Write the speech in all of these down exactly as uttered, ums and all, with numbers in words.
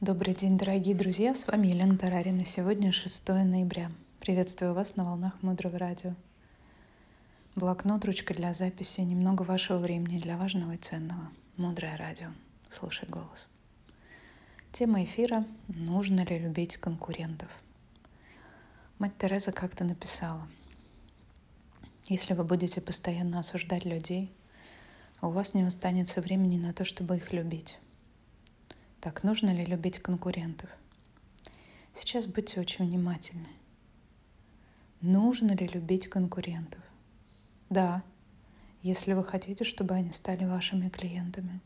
Добрый день, дорогие друзья! С вами Елена Тарарина. Сегодня шестое ноября. Приветствую вас на волнах Мудрого Радио. Блокнот, ручка для записи, немного вашего времени для важного и ценного. Мудрое Радио. Слушай голос. Тема эфира «Нужно ли любить конкурентов?». Мать Тереза как-то написала: «Если вы будете постоянно осуждать людей, у вас не останется времени на то, чтобы их любить. Так нужно ли любить конкурентов? Сейчас будьте очень внимательны. Нужно ли любить конкурентов? Да, если вы хотите, чтобы они стали вашими клиентами.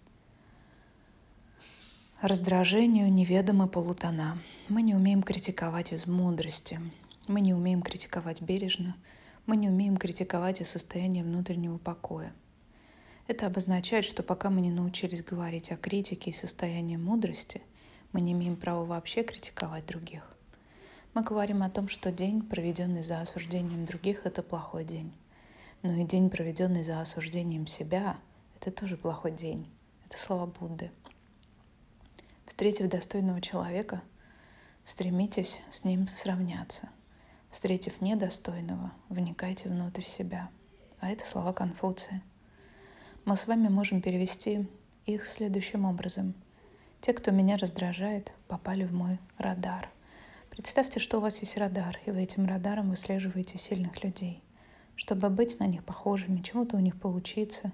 Раздражению неведомы полутона. Мы не умеем критиковать из мудрости. Мы не умеем критиковать бережно. Мы не умеем критиковать из состояния внутреннего покоя. Это обозначает, что пока мы не научились говорить о критике и состоянии мудрости, мы не имеем права вообще критиковать других. Мы говорим о том, что день, проведенный за осуждением других, это плохой день. Но и день, проведенный за осуждением себя, это тоже плохой день. Это слова Будды. Встретив достойного человека, стремитесь с ним сравняться. Встретив недостойного, вникайте внутрь себя. А это слова Конфуция. Мы с вами можем перевести их следующим образом. Те, кто меня раздражает, попали в мой радар. Представьте, что у вас есть радар, и вы этим радаром выслеживаете сильных людей, чтобы быть на них похожими, чему-то у них получиться.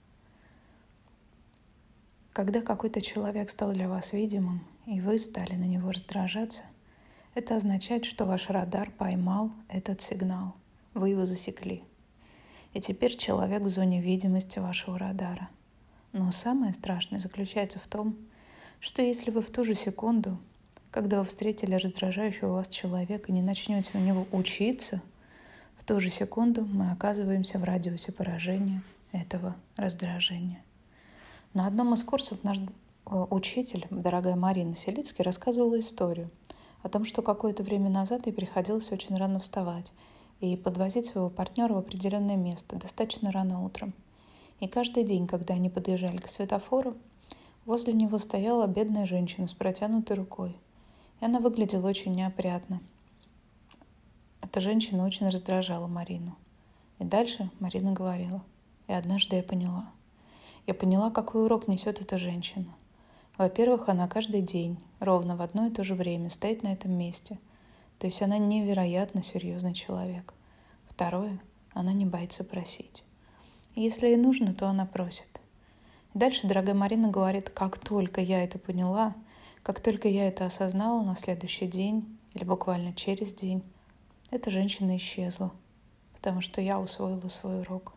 Когда какой-то человек стал для вас видимым, и вы стали на него раздражаться, это означает, что ваш радар поймал этот сигнал, вы его засекли. И теперь человек в зоне видимости вашего радара. Но самое страшное заключается в том, что если вы в ту же секунду, когда вы встретили раздражающего вас человека, не начнете у него учиться, в ту же секунду мы оказываемся в радиусе поражения этого раздражения. На одном из курсов наш учитель, дорогая Марина Селицкий, рассказывала историю о том, что какое-то время назад ей приходилось очень рано вставать и подвозить своего партнера в определенное место достаточно рано утром. И каждый день, когда они подъезжали к светофору, возле него стояла бедная женщина с протянутой рукой. И она выглядела очень неопрятно. Эта женщина очень раздражала Марину. И дальше Марина говорила: «И однажды я поняла. Я поняла, какой урок несет эта женщина. Во-первых, она каждый день, ровно в одно и то же время, стоит на этом месте. То есть она невероятно серьезный человек. Второе, она не боится просить. И если ей нужно, то она просит». Дальше дорогая Марина говорит: как только я это поняла, как только я это осознала на следующий день или буквально через день, эта женщина исчезла, потому что я усвоила свой урок.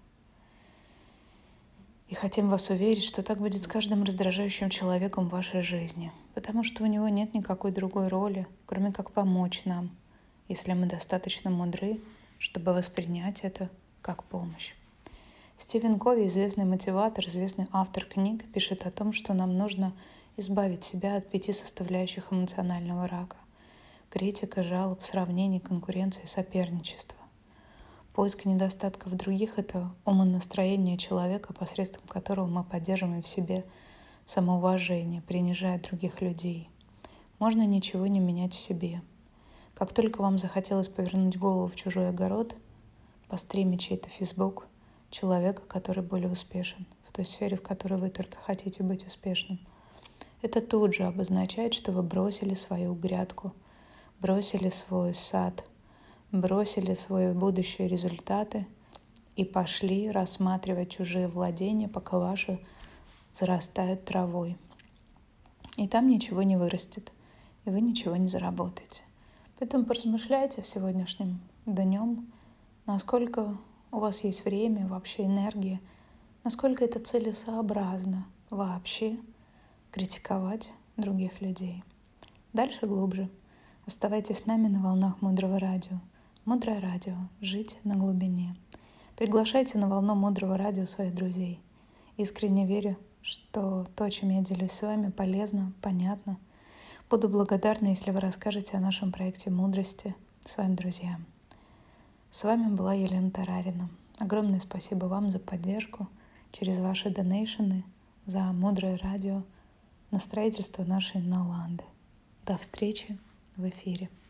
И хотим вас уверить, что так будет с каждым раздражающим человеком в вашей жизни, потому что у него нет никакой другой роли, кроме как помочь нам, если мы достаточно мудры, чтобы воспринять это как помощь. Стивен Кови, известный мотиватор, известный автор книг, пишет о том, что нам нужно избавить себя от пяти составляющих эмоционального рака: критика, жалоб, сравнений, конкуренции, соперничества. Поиск недостатков других — это умонастроение человека, посредством которого мы поддерживаем в себе самоуважение, принижая других людей. Можно ничего не менять в себе. Как только вам захотелось повернуть голову в чужой огород, постримить чей-то фейсбук человека, который более успешен в той сфере, в которой вы только хотите быть успешным, это тут же обозначает, что вы бросили свою грядку, бросили свой сад, бросили свои будущие результаты и пошли рассматривать чужие владения, пока ваши зарастают травой. И там ничего не вырастет, и вы ничего не заработаете. Поэтому поразмышляйте в сегодняшнем днем, насколько у вас есть время, вообще энергия, насколько это целесообразно вообще критиковать других людей. Дальше глубже. Оставайтесь с нами на волнах Мудрого Радио. Мудрое Радио. Жить на глубине. Приглашайте на волну Мудрого Радио своих друзей. Искренне верю, что то, чем я делюсь с вами, полезно, понятно. Буду благодарна, если вы расскажете о нашем проекте мудрости своим друзьям. С вами была Елена Тарарина. Огромное спасибо вам за поддержку через ваши донейшены, за Мудрое Радио, на строительство нашей Наланды. До встречи в эфире.